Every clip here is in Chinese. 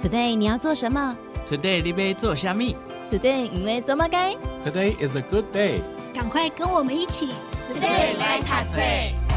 Today 你要做什么？ Today 你要做什么？ Today 因为做乜该？ Today is a good day。 赶快跟我们一起 Today 来读册。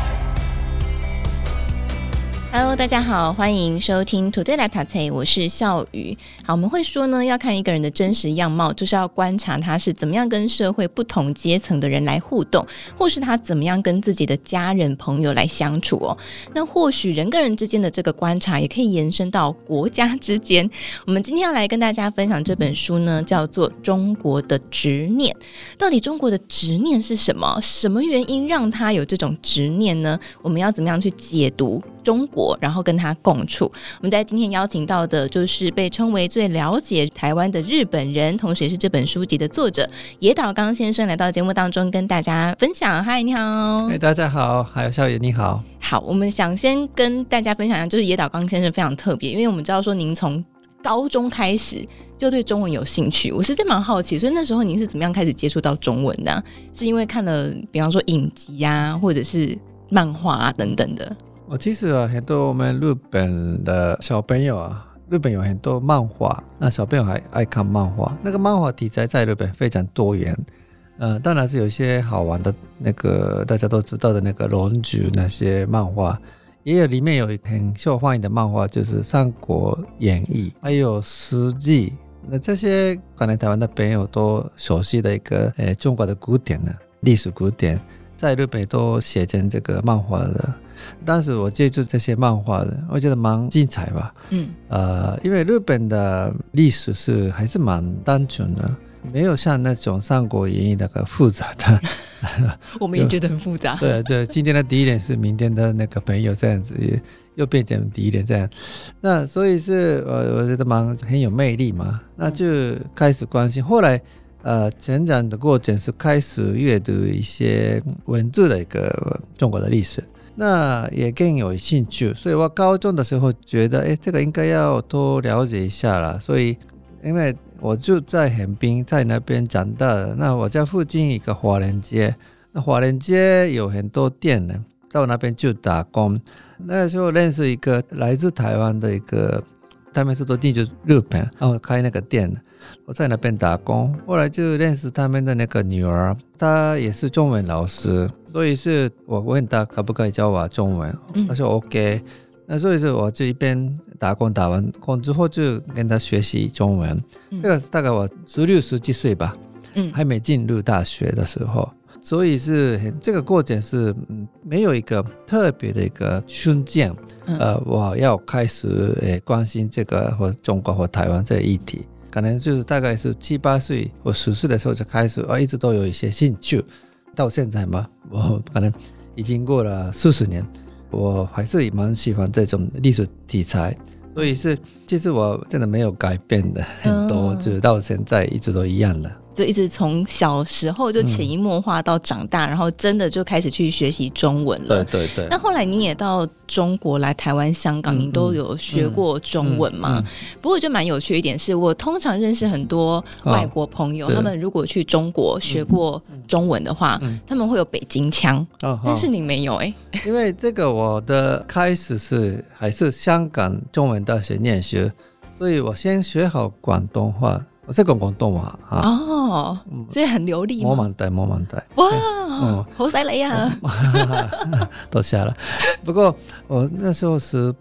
Hello， 大家好，欢迎收听 Today 来读册，我是笑瑜。好，我们会说呢，要看一个人的真实样貌，就是要观察他是怎么样跟社会不同阶层的人来互动，或是他怎么样跟自己的家人朋友来相处哦。那或许人跟人之间的这个观察，也可以延伸到国家之间。我们今天要来跟大家分享这本书呢，叫做《中国的执念》。到底中国的执念是什么？什么原因让他有这种执念呢？我们要怎么样去解读中国，然后跟他共处？我们在今天邀请到的就是被称为最了解台湾的日本人，同时也是这本书籍的作者野岛刚先生来到节目当中跟大家分享。嗨，你好。 大家好，还有笑爷你好。 好，我们想先跟大家分享一下，就是野岛刚先生非常特别，因为我们知道说您从高中开始就对中文有兴趣，我实在蛮好奇，所以那时候您是怎么样开始接触到中文的是因为看了比方说影集啊，或者是漫画啊等等的？ 其实很多我们日本的小朋友啊，日本有很多漫画，那小朋友还爱看漫画，那个漫画题材在日本非常多元。当然是有一些好玩的，那个大家都知道的那个龙珠那些漫画，也有里面有很受欢迎的漫画，就是《三国演义》，还有《史记》。那这些可能台湾的朋友都熟悉的一个中国的古典呢，历史古典，在日本都写成这个漫画的。当时我接触这些漫画的，我觉得蛮精彩吧。因为日本的历史还是蛮单纯的，没有像那种《三国演义》那个复杂的。 我们也觉得很复杂。 对，就今天的敌人是明天的那个朋友，这样子又变成敌人这样。那所以是我觉得很有魅力嘛，那就开始关心。后来成长的过程是开始阅读一些文字的一个中国的历史，那也更有兴趣。所以我高中的时候觉得这个应该要多了解一下啦。所以因为我住在横滨，在那边长大的，那我家附近一个华人街，那华人街有很多店呢，到那边就打工。那时候认识一个来自台湾的一个，他们是都定居日本，然后开那个店，我在那边打工。后来就认识他们的那个女儿，她也是中文老师，所以是我问她可不可以教我中文，她说 OK。那所以是我就一边打工，打完工之后就跟她学习中文。这个大概我16、17岁吧，还没进入大学的时候。所以是这个过程是没有一个特别的一个瞬间，我要开始关心这个或中国或台湾这个议题，可能就是大概是7、8岁或10岁的时候就开始，一直都有一些兴趣，到现在嘛，我可能已经过了40年，我还是蛮喜欢这种历史题材，所以是其实我真的没有改变的很多，就是到现在一直都一样的。 就一直从小时候就潜移默化到长大，然后真的就开始去学习中文了。 对对对。 那后来你也到中国来台湾、香港，你都有学过中文吗？不过我觉得蛮有趣一点是，我通常认识很多外国朋友，他们如果去中国学过中文的话，他们会有北京腔，但是你没有因为这个我的开始还是香港中文大学念书，所以我先学好广东话。我是讲廣東話所以很流利嗎？ 冇問題。 哇，好犀利啊！ 都下了。不過我那時候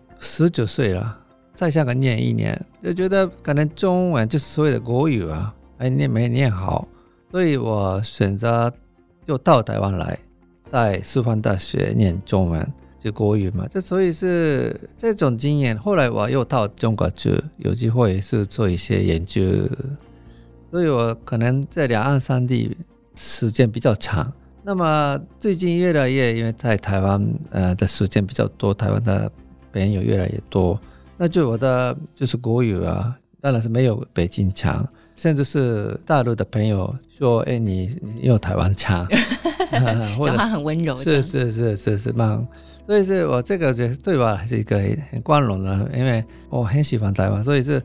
19歲了，在香港念1年，就覺得可能中文就是所謂的國語啊，沒念好，所以我選擇又到台灣來，在師範大學念中文。就國語嘛，就所以是這種經驗。後來我又到中國去，有機會是做一些研究，所以我可能在兩岸三地時間比較長。那麼最近越來越，因為在台灣的時間比較多，台灣的朋友越來越多，那就我的就是國語啊，當然是沒有北京腔，甚至是大陸的朋友說你有台灣腔講話很溫柔， 是蠻。所以是我這個對我是一個很光榮的，因為我很喜歡台灣，所以是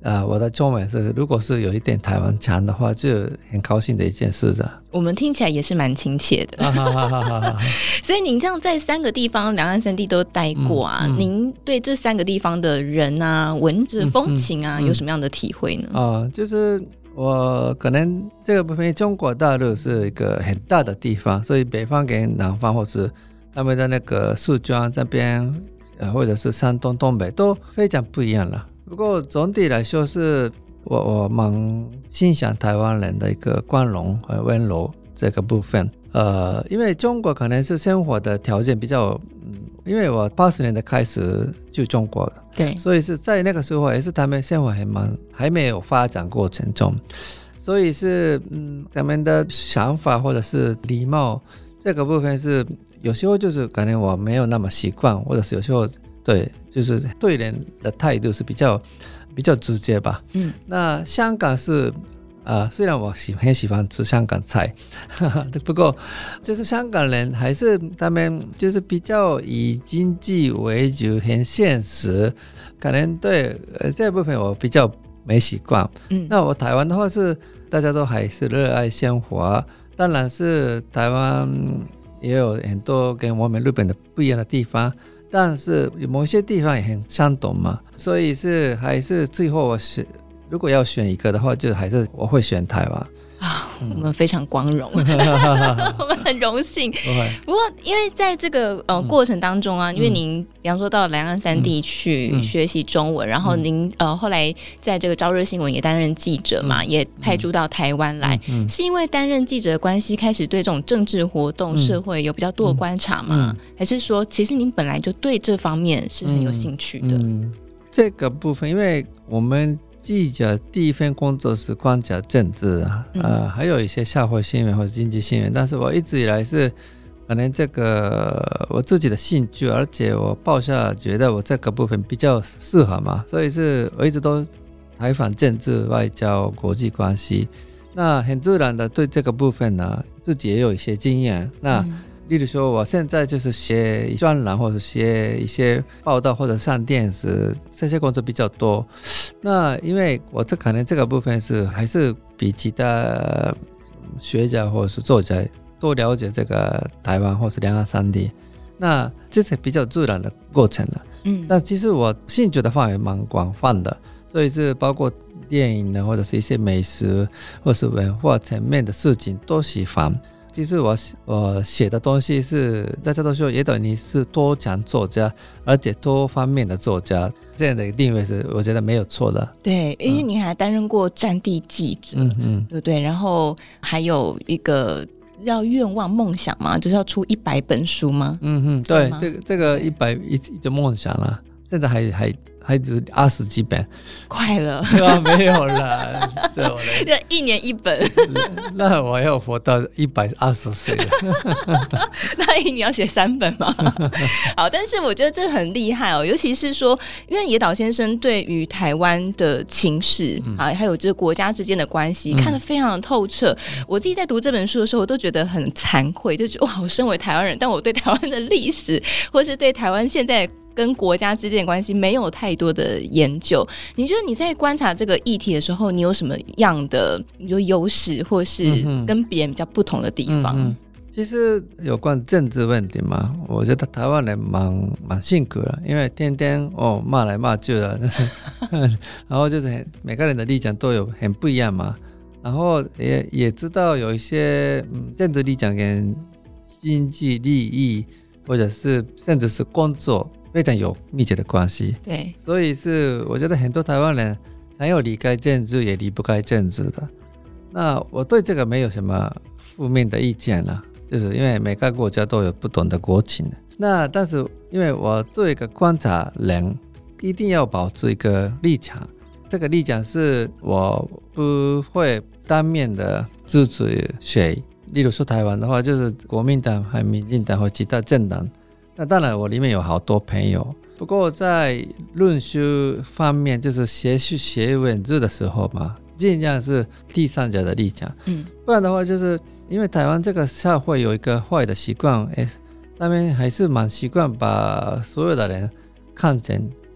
我的中文是如果是有一点台湾腔的话，就很高兴的一件事的。 我们听起来也是蛮亲切的。所以您这样在3个地方，两岸3地都待过啊，您对这3个地方的人啊、文字、风情啊，有什么样的体会呢？ 就是我可能这个部分，中国大陆是一个很大的地方，所以北方跟南方或是他们的那个四川这边，或者是山东、东北都非常不一样了。不过总体来说是我蛮欣赏台湾人的一个光荣和温柔这个部分。因为中国可能是生活的条件比较，因为我80年代开始去中国的， 对， 所以是在那个时候也是他们生活还没有发展过程中，所以是他们的想法或者是礼貌这个部分是有时候就是可能我没有那么习惯，或者是有时候对，就是对人的态度是比较直接吧。那香港是虽然我很喜欢吃香港菜，不过就是香港人还是他们就是比较以经济为主，很现实，可能对这部分我比较没习惯。那我台湾的话是大家都还是热爱生活，当然是台湾也有很多跟我们日本的不一样的地方，但是某些地方也很相同嘛，所以是还是最后如果要选一个的话，就还是我会选台湾啊。我们非常光荣，我们很荣幸。不过因为在这个过程当中啊，因为您比方说到两岸3地去学习中文，然后您后来在这个朝日新闻也担任记者嘛，也派驻到台湾来，是因为担任记者的关系开始对这种政治活动、社会有比较多的观察吗？还是说其实您本来就对这方面是很有兴趣的？ 这个部分因为我们记者第一份工作是观察政治还有一些社会新闻或者经济新闻，但是我一直以来是可能这个我自己的兴趣，而且我报社觉得我这个部分比较适合嘛，所以是我一直都采访政治、外交、国际关系。那很自然的对这个部分呢，自己也有一些经验。那例如说我现在就是写专栏或者写一些报道或者上电视，这些工作比较多。那因为我可能这个部分是还是比其他学者或者是作者多了解这个台湾或是两岸3地，那这是比较自然的过程了。那其实我兴趣的范围蛮广泛的，所以是包括电影呢，或者是一些美食或是文化层面的事情都喜欢。其实我写的东西是大家都说也等于是多讲作家，而且多方面的作家，这样的定位是我觉得没有错的。对， 因为你还担任过战地记者，对不对？然后还有一个要愿望梦想嘛，就是要出100本书吗？ 对，这个100一直梦想了，现在还只20几本， 快了， 没有了，是我的 1年1本， 那我要活到120岁了， 那你要写3本吗？好，但是我觉得这很厉害哦，尤其是说，因为野岛先生对于台湾的情势还有这个国家之间的关系看得非常的透彻。我自己在读这本书的时候，我都觉得很惭愧，就觉得哇，我身为台湾人，但我对台湾的历史，或是对台湾现在跟国家之间的关系没有太多的研究。你觉得你在观察这个议题的时候，你有什么样的优势，或是跟别人比较不同的地方？ 其实有关政治问题嘛，我觉得台湾人蛮辛苦的，因为天天骂来骂去的然后就是每个人的立场都有很不一样嘛，然后也知道有一些政治立场跟经济利益或者是甚至是工作非常有密切的关系。 对， 所以是我觉得很多台湾人想要离开政治也离不开政治的。那我对这个没有什么负面的意见了，就是因为每个国家都有不同的国情。那但是因为我作为一个观察人，一定要保持一个立场，这个立场是我不会当面的支持谁。例如说台湾的话，就是国民党和民进党或其他政党，那当然我里面有好多朋友，不过在论述方面，就是写文字的时候嘛，尽量是第三者的立场。不然的话，就是因为台湾这个社会有一个坏的习惯，他们还是蛮习惯把所有的人看成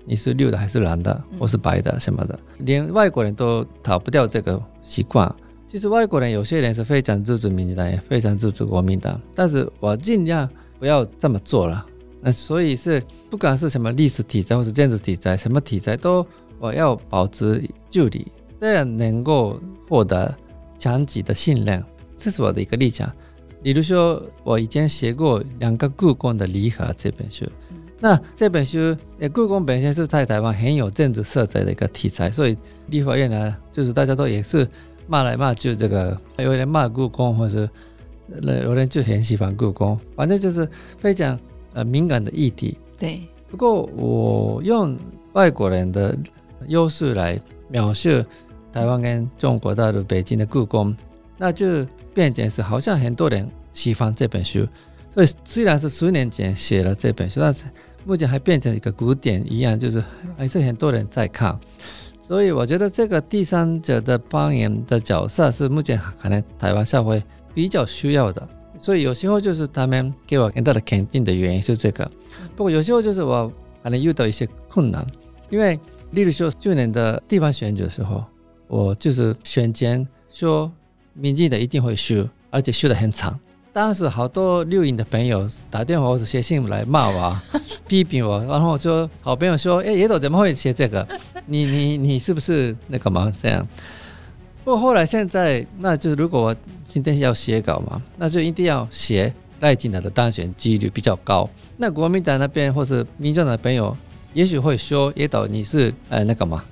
你是绿的还是蓝的，或是白的什么的，连外国人都逃不掉这个习惯。其实外国人有些人是非常支持民进党，也非常支持国民党，但是我尽量不要这么做了。那所以是不管是什么历史题材或是政治题材，什么题材都我要保持距离，这样能够获得长期的信任，这是我的一个立场。比如说我以前写过2个故宫的离合这本书，那这本书故宫本身是在台湾很有政治色彩的一个题材，所以立法院呢，就是大家都也是骂来骂去，这个有人骂故宫，或者有人就很喜欢故宫，反正就是非常敏感的议题。 对， 不过我用外国人的优势来描述台湾跟中国大陆北京的故宫，那就变成是好像很多人喜欢这本书，所以虽然是10年前写了这本书，但是目前还变成一个古典一样，就是还是很多人在看。所以我觉得这个第三者的扮演的角色是目前可能台湾社会比较需要的，所以有时候就是他们给我很大的肯定的原因是这个。不过有时候就是我可能遇到一些困难，因为例如说去年的地方选举的时候，我就是选前说民进党一定会输，而且输得很惨。当时好多绿营的朋友打电话或者写信来骂我批评我，然后说好朋友说野党怎么会写这个，你是不是那个嘛这样。不过后来现在那就如果我今天要写稿嘛，那就一定要写赖清德的当选几率比较高，那国民党那边或是民众党的朋友也许会说野党你是那个嘛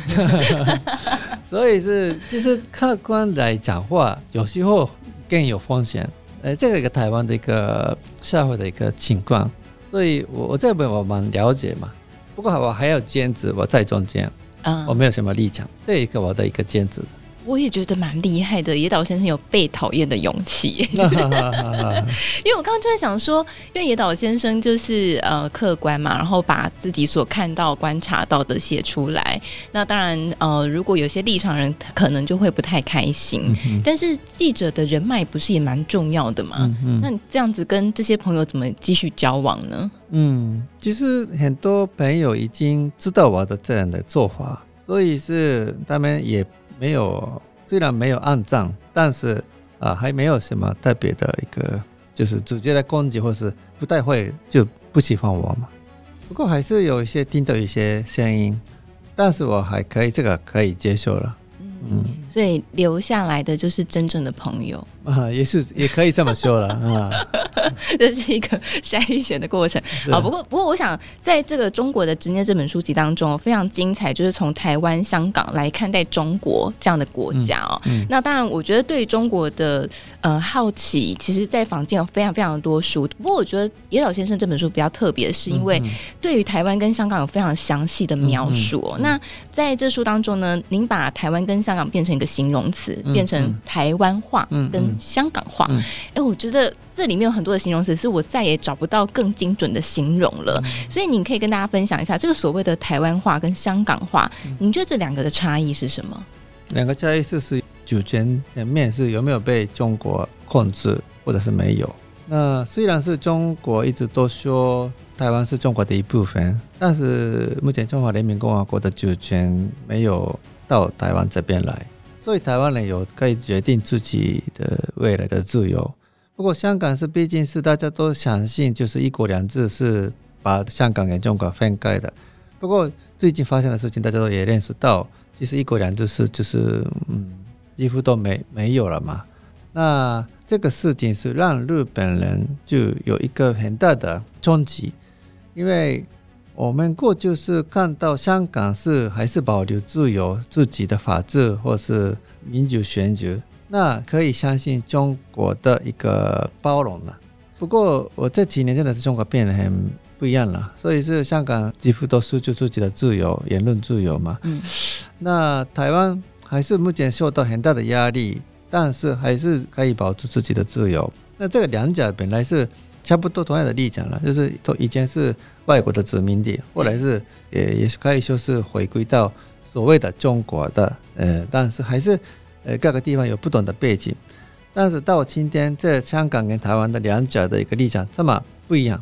所以是就是客观来讲话有时候更有风险。这个一个台湾的一个社会的一个情况，所以我这边我蛮了解嘛。不过我还要坚持我在中间，我没有什么立场，这一个我的一个坚持。 我也觉得蛮厉害的，野岛先生有被讨厌的勇气因为我刚刚就在想说，因为野岛先生就是客观嘛，然后把自己所看到观察到的写出来，那当然如果有些立场人可能就会不太开心，但是记者的人脉不是也蛮重要的嘛，那你这样子跟这些朋友怎么继续交往呢？ 其实很多朋友已经知道我的这样的做法，所以是他们也没有，虽然没有按赞，但是还没有什么特别的一个就是直接的攻击，或是不太会就不喜欢我嘛。不过还是有一些听到一些声音，但是我还可以这个可以接受了。 所以留下来的就是真正的朋友也可以这么说了这是一个筛选的过程。好，不过我想在这个中国的执念这本书籍当中非常精彩，就是从台湾、香港来看待中国这样的国家那当然我觉得对于中国的好奇，其实在坊间有非常非常多书，不过我觉得野岛先生这本书比较特别，是因为对于台湾跟香港有非常详细的描述那在这书当中呢，您把台湾跟香港变成一个形容词，变成台湾话跟香港话我觉得这里面有很多的形容词是我再也找不到更精准的形容了所以你可以跟大家分享一下这个所谓的台湾话跟香港话您觉得这两个的差异是什么？ 两个差异是主权层面是有没有被中国控制或者是没有。那虽然是中国一直都说台湾是中国的一部分，但是目前中华人民共和国的主权没有到台湾这边来，所以台湾人有可以决定自己的未来的自由。不过香港是毕竟是大家都相信就是一国两制是把香港跟中国分开的，不过最近发生的事情大家都也认识到，其实一国两制是就是几乎都没有了嘛。那这个事情是让日本人就有一个很大的冲击，因为我们过去是看到香港是还是保留自由自己的法治或是民主选举，那可以相信中国的一个包容了。不过我这几年真的是中国变得很不一样了，所以是香港几乎都失去自己的自由，言论自由嘛。那台湾还是目前受到很大的压力，但是还是可以保持自己的自由。那这个两者本来是差不多同样的立场了，就是以前是外国的殖民地，后来是也可以说是回归到所谓的中国的但是还是各个地方有不同的背景。但是到今天这香港跟台湾的两者的一个立场这么不一样，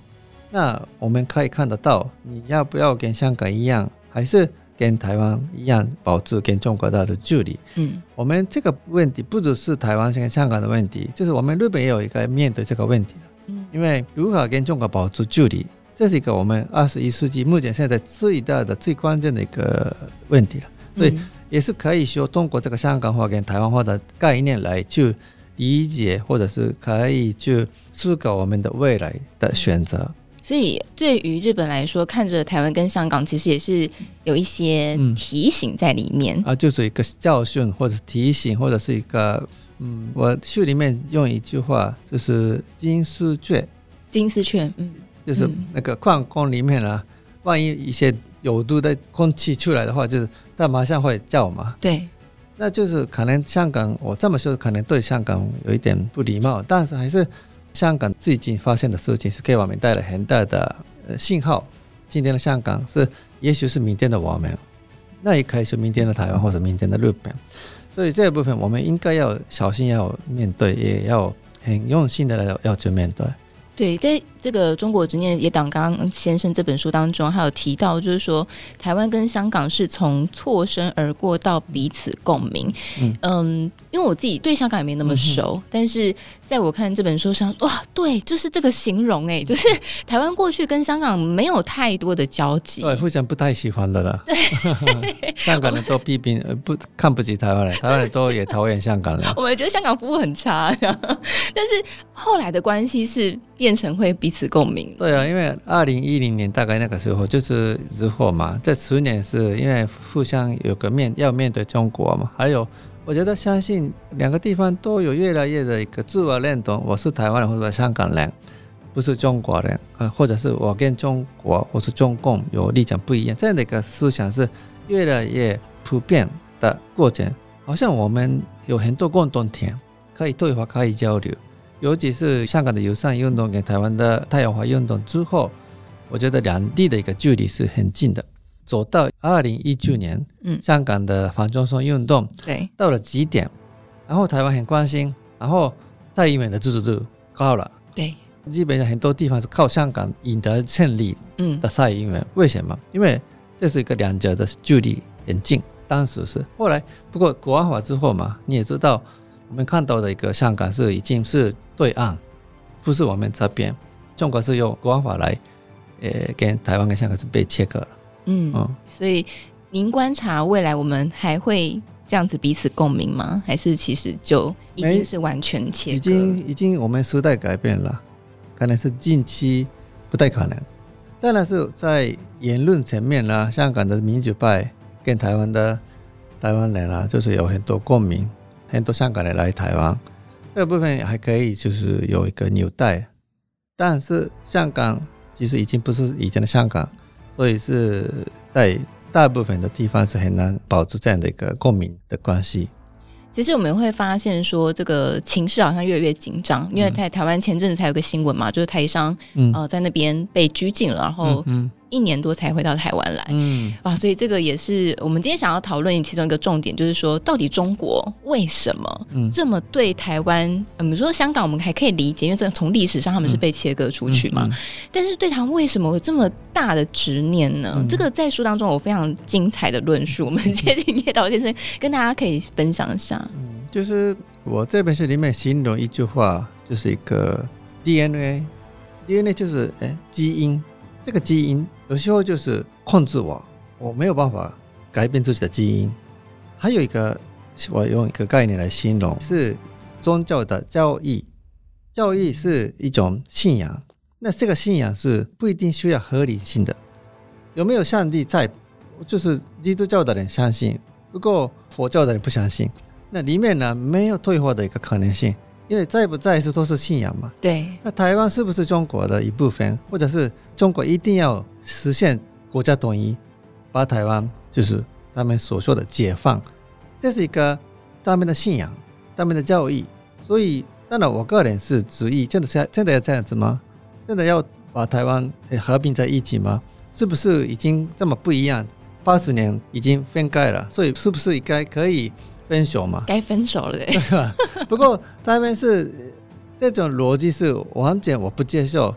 那我们可以看得到，你要不要跟香港一样，还是跟台湾一样保持跟中国大陆的距离？我们这个问题不只是台湾跟香港的问题，就是我们日本也有一个面对这个问题。因为如何跟中国保持距离，这是一个我们21世纪目前现在最大的最关键的一个问题了。所以也是可以说通过这个香港化跟台湾化的概念来去理解，或者是可以去思考我们的未来的选择。 所以对于日本来说，看着台湾跟香港其实也是有一些提醒在里面就是一个教训或者是提醒，或者是一个我书里面用一句话，就是金丝雀，就是那个矿工里面啊，万一一些有毒的空气出来的话，就是它马上会叫嘛。 对， 那就是可能香港，我这么说可能对香港有一点不礼貌，但是还是香港最近发生的事情是给我们带来很大的信号。今天的香港是，也许是明天的我们，那也可以是明天的台湾或者明天的日本。所以这部分我们应该要小心，要面对，也要很用心的要去面对。 对，在这个《中国执念野党刚先生》这本书当中，还有提到，就是说台湾跟香港是从错身而过到彼此共鸣。因为我自己对香港也没那么熟，但是在我看这本书上，哇，对，就是这个形容就是台湾过去跟香港没有太多的交集， 对，互相不太喜欢的啦。对，香港人都批评看不起台湾人，台湾人都也讨厌香港人。 我们觉得香港服务很差，但是后来的关系是变成会彼此共鸣。 对啊，因为2010年大概那个时候就是日货嘛，这10年是因为互相有个要面对中国嘛，还有我觉得相信两个地方都有越来越的一个自我认同，我是台湾人或者香港人，不是中国人，或者是我跟中国或是中共有立场不一样，这样的一个思想是越来越普遍的过程。好像我们有很多共同点可以对话，可以交流。尤其是香港的友善运动跟台湾的太阳花运动之后，我觉得两地的一个距离是很近的。走到2019年，香港的反中送运动到了极点，然后台湾很关心，然后蔡英文的支持度高了， 对， 基本上很多地方是靠香港赢得胜利的蔡英文。为什么？因为这是一个两者的距离很近，当时是。后来不过国安法之后嘛，你也知道我们看到的一个香港是已经是对岸，不是我们这边。中国是用国安法来跟台湾跟香港是被切割了。 所以您观察未来我们还会这样子彼此共鸣吗？还是其实就已经是完全切割？ 已经我们时代改变了，可能是近期不太可能。当然是在言论层面啦，香港的民主派跟台湾人啦，就是有很多共鸣，很多香港人来台湾，这个部分还可以就是有一个纽带。但是香港其实已经不是以前的香港，所以是在大部分的地方是很难保持这样的一个共鸣的关系。 其实我们会发现说这个情势好像越来越紧张，因为在台湾前阵子才有个新闻嘛，就是台商在那边被拘禁了，然后1年多才回到台湾来。所以这个也是我们今天想要讨论其中一个重点，就是说到底中国为什么这么对台湾比如说香港我们还可以理解，因为这从历史上他们是被切割出去嘛，但是对台湾为什么有这么大的执念呢？这个在书当中有非常精彩的论述，我们接近叶导先生跟大家可以分享一下。 就是我这本书里面形容一句话，就是一个 DNA 就是基因，这个基因有时候就是控制我没有办法改变自己的基因。还有一个我用一个概念来形容，是宗教的教义。教义是一种信仰，那这个信仰是不一定需要合理性的。有没有上帝在，就是基督教的人相信，不过佛教的人不相信，那里面呢没有退化的一个可能性，因为在不在是都是信仰嘛。 对。 那台湾是不是中国的一部分，或者是中国一定要实现国家统一，把台湾就是他们所说的解放，这是一个他们的信仰，他们的教义。所以当然我个人是质疑，真的要这样子吗？真的要把台湾合并在一起吗？是不是已经这么不一样？80年已经分开了，所以是不是应该可以分手嘛？ 该分手了对吧？ 不过他们是这种逻辑是完全我不接受。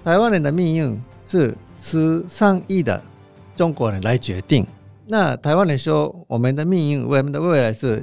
台湾人的命运是13亿的中国人来决定。那台湾人说我们的命运，我们的未来是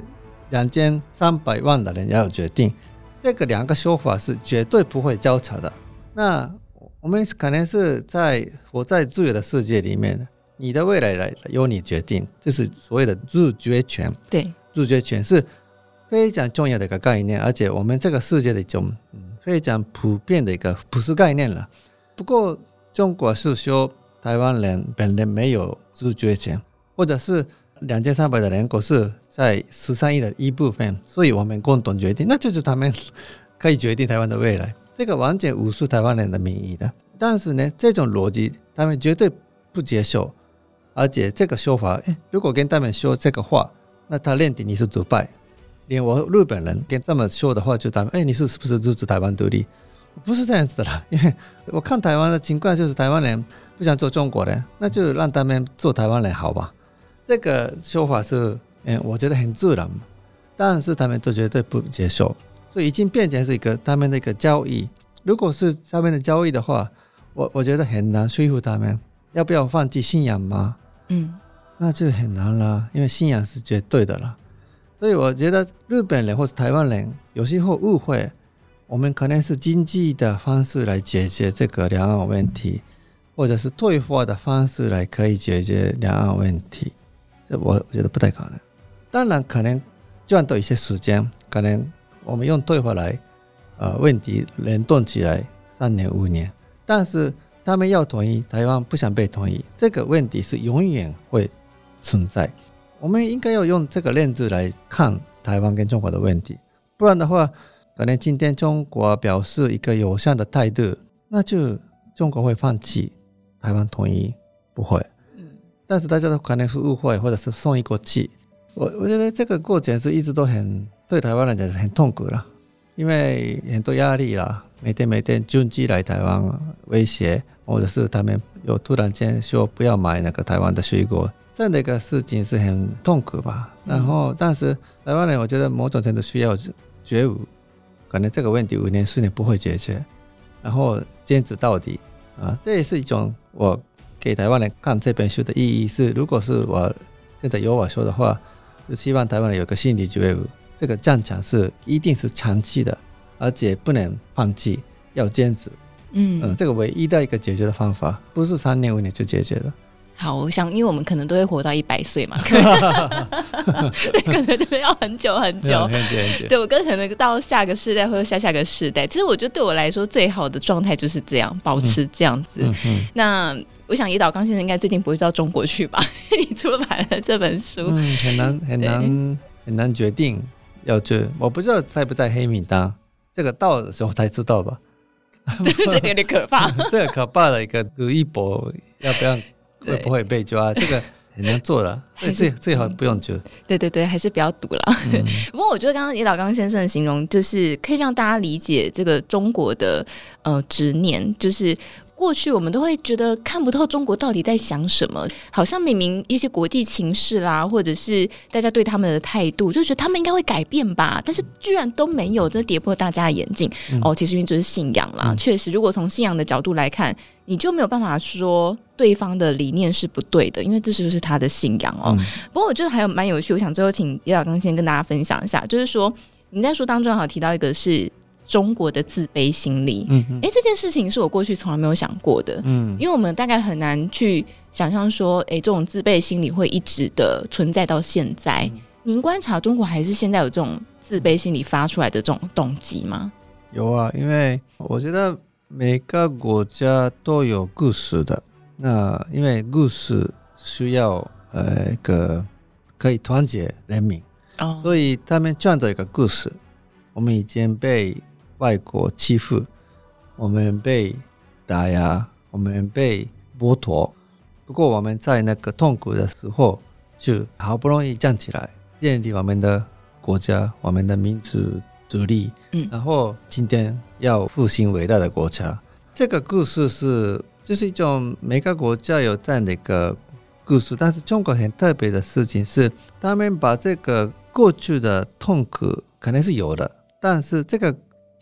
2300万的人要决定，这个两个说法是绝对不会交叉的。那我们可能是活在自由的世界里面，你的未来由你决定，就是所谓的自决权。 对， 自决权是非常重要的一个概念，而且我们这个世界的一种非常普遍的一个普世概念了。不过中国是说台湾人本人没有自决权，或者是2300的人口是在13亿的一部分，所以我们共同决定，那就是他们可以决定台湾的未来，这个完全无视台湾人的民意的。但是呢，这种逻辑他们绝对不接受，而且这个说法，如果跟他们说这个话，那他认定你是独派。连我日本人跟这么说的话，就他们，你是不是支持台湾独立？不是这样子的啦，因为我看台湾的情况就是台湾人不想做中国人，那就让他们做台湾人好吧。这个说法是我觉得很自然，但是他们都绝对不接受，所以已经变成是一个他们的一个交易。如果是他们的交易的话，我觉得很难说服他们要不要放弃信仰吗？那就很难了，因为信仰是绝对的了。所以我觉得日本人或者台湾人有时候误会，我们可能是经济的方式来解决这个两岸问题，或者是对话的方式来可以解决两岸问题，这我觉得不太可能。当然可能赚到一些时间，可能我们用对话来问题联动起来3年5年，但是他们要统一，台湾不想被统一，这个问题是永远会存在。我们应该要用这个认知来看台湾跟中国的问题，不然的话，可能今天中国表示一个友善的态度，那就中国会放弃台湾统一，不会。但是大家都可能是误会，或者是送一国气。我觉得这个过程是一直都对台湾人讲很痛苦了，因为很多压力啦，每天军机来台湾威胁，或者是他们又突然间说不要买那个台湾的水果，这样的一个事情是很痛苦吧。然后但是台湾人我觉得某种程度需要觉悟，可能这个问题5年4年不会解决，然后坚持到底这也是一种我给台湾人看这本书的意义，是如果是我现在由我说的话，就希望台湾人有个心理觉悟，这个战场是一定是长期的，而且不能放弃，要坚持。这个唯一的一个解决的方法，不是3年5年就解决了。 好，我想因为我们可能都会活到100岁嘛，对，可能都要很久很久，对，我可能到下个世代或者下个世代。其实我觉得对我来说最好的状态就是这样，保持这样子。那我想野岛刚先生应该最近不会到中国去吧？你出版了这本书， 很难决定要去，我不知道在不在黑名单，这个到的时候才知道吧。 这个有点可怕， 这个可怕的一个赌一搏，要不要会不会被抓，这个很难做了，最好不用做。对， 还是不要赌了。不过我觉得刚刚野岛刚先生的形容，就是可以让大家理解这个中国的执念，就是过去我们都会觉得看不透中国到底在想什么，好像明明一些国际情势啦，或者是大家对他们的态度，就觉得他们应该会改变吧，但是居然都没有，这跌破大家的眼镜。其实因为这是信仰啦，确实如果从信仰的角度来看，你就没有办法说对方的理念是不对的，因为这就是他的信仰不过我觉得还有蛮有趣，我想最后请野岛刚先跟大家分享一下，就是说你在书当中好提到一个是中国的自卑心理，这件事情是我过去从来没有想过的，因为我们大概很难去想象说，这种自卑心理会一直的存在到现在。您观察中国还是现在有这种自卑心理发出来的这种动机吗？ 有啊，因为我觉得每个国家都有故事的，那因为故事需要一个可以团结人民，所以他们创造一个故事。我们已经被外国欺负，我们被打压，我们被剥夺，不过我们在那个痛苦的时候就好不容易站起来，建立我们的国家，我们的民族独立，然后今天要复兴伟大的国家。这个故事就是一种每个国家有这样的一个故事，但是中国很特别的事情是，他们把这个过去的痛苦可能是有的，但是这个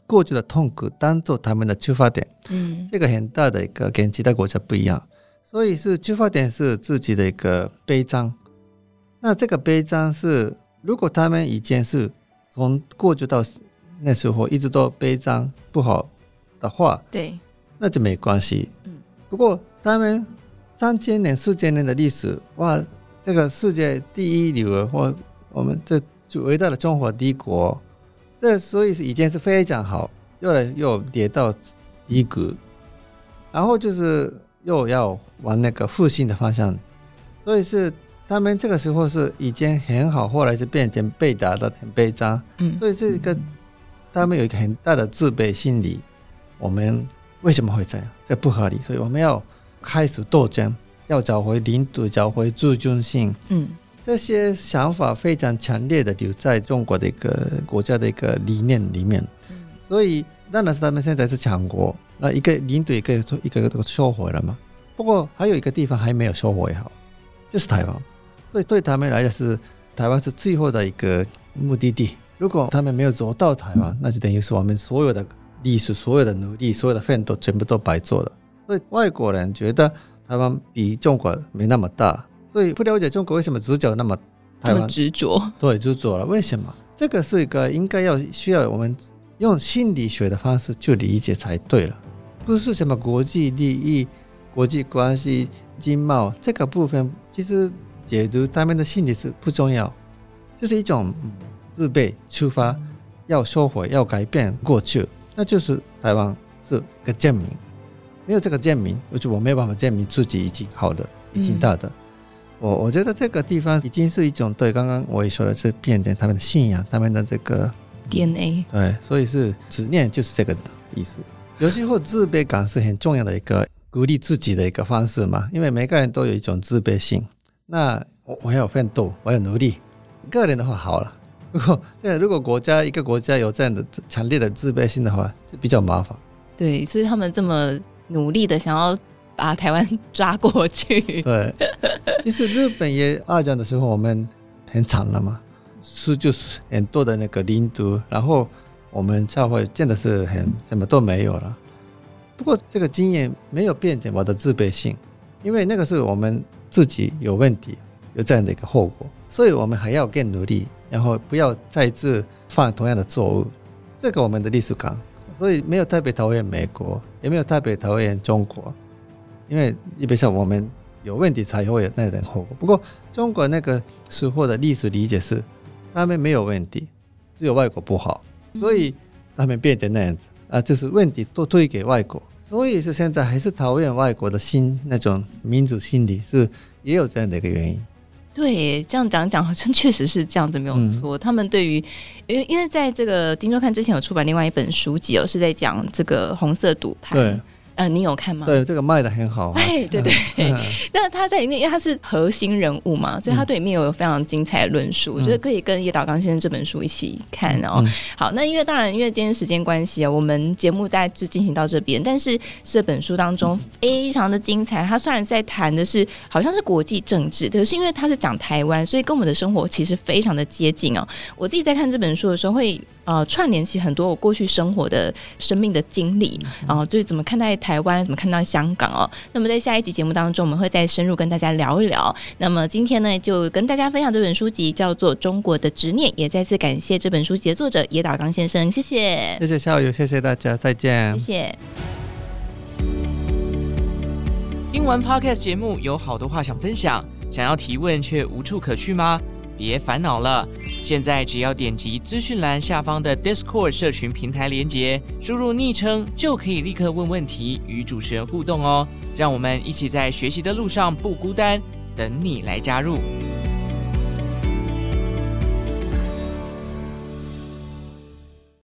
过去的痛苦当做他们的出发点，这个很大的一个跟其他国家不一样，所以是出发点是自己的一个悲伤。那这个悲伤是，如果他们以前是从过去到那时候一直都悲伤不好的话， 对， 那就没关系。不过他们3000年、4000年的历史，哇，这个世界第一女儿，或我们这伟大的中华帝国，这所以以前是非常好，又跌到低谷，然后就是又要往那个复兴的方向，所以是他们这个时候是以前很好，后来就变成被打得很悲伤，所以是一个他们有一个很大的自卑心理。我们为什么会这样？这不合理，所以我们要开始斗争，要找回领土，找回自尊心。这些想法非常强烈的留在中国的一个国家的一个理念里面。所以当然是他们现在是强国，那一个领土一个收回了嘛。不过还有一个地方还没有收回好，就是台湾。所以对他们来讲是台湾是最后的一个目的地。如果他们没有走到台湾，那就等于是我们所有的历史、所有的努力、所有的奋斗全部都白做了。所以外国人觉得台湾比中国没那么大，所以不了解中国为什么只讲那么台湾这么执着。 对，执着了。为什么？这个是一个应该需要我们用心理学的方式去理解才对了，不是什么国际利益、国际关系、经贸这个部分，其实解读他们的心理是不重要，就是一种自卑出发，要收回，要改变过去，那就是台湾是个证明。没有这个证明，我没有办法证明自己已经好的，已经大的。我觉得这个地方已经是一种，对，刚刚我也说的是变成他们的信仰，他们的这个 DNA。 对，所以是执念就是这个意思。有时候自卑感是很重要的一个鼓励自己的一个方式嘛，因为每个人都有一种自卑性，那我要奋斗，我要努力。个人的话好了，如果一个国家有这样的强烈的自卑性的话，就比较麻烦。 对，所以他们这么努力的想要把台湾抓过去。 对，其实日本也二战的时候我们很惨了嘛，就是很多的那个领土，然后我们社会真的是什么都没有了。不过这个经验没有变成我的自卑性，因为那个是我们自己有问题，有这样的一个后果，所以我们还要更努力，然后不要再次犯同样的错误。这个我们的历史感，所以没有特别讨厌美国，也没有特别讨厌中国，因为基本上我们有问题才会有那种后果。不过中国那个时候的历史理解是他们没有问题，只有外国不好，所以他们变成那样子啊，就是问题都推给外国，所以是现在还是讨厌外国的那种民族心理，是也有这样的一个原因。 对，这样讲好像确实是这样子，没有错。他们对于因为在这个金周刊之前有出版另外一本书籍是在讲这个红色赌盘。 对， 你有看吗？ 对，这个卖得很好。 对对对，那他在里面，因为他是核心人物嘛，所以他对里面有非常精彩的论述，我觉得可以跟叶岛刚先生这本书一起看哦。好，那因为今天时间关系啊，我们节目大概就进行到这边，但是这本书当中非常的精彩，他虽然在谈的是好像是国际政治，可是因为他是讲台湾，所以跟我们的生活其实非常的接近哦。我自己在看这本书的时候会串联起很多我过去生活的生命的经历，然后就是怎么看待台湾，怎么看待香港哦。那么在下一集节目当中，我们会再深入跟大家聊一聊。那么今天呢，就跟大家分享这本书籍，叫做《中国的执念》，也再次感谢这本书籍的作者叶岛刚先生，谢谢， 谢谢校友，谢谢大家，再见， 谢谢。 听完 Podcast 节目，有好多话想分享，想要提问却无处可去吗？别烦恼了，现在只要点击资讯栏下方的 Discord 社群平台连结，输入昵称就可以立刻问问题，与主持人互动哦。让我们一起在学习的路上不孤单，等你来加入。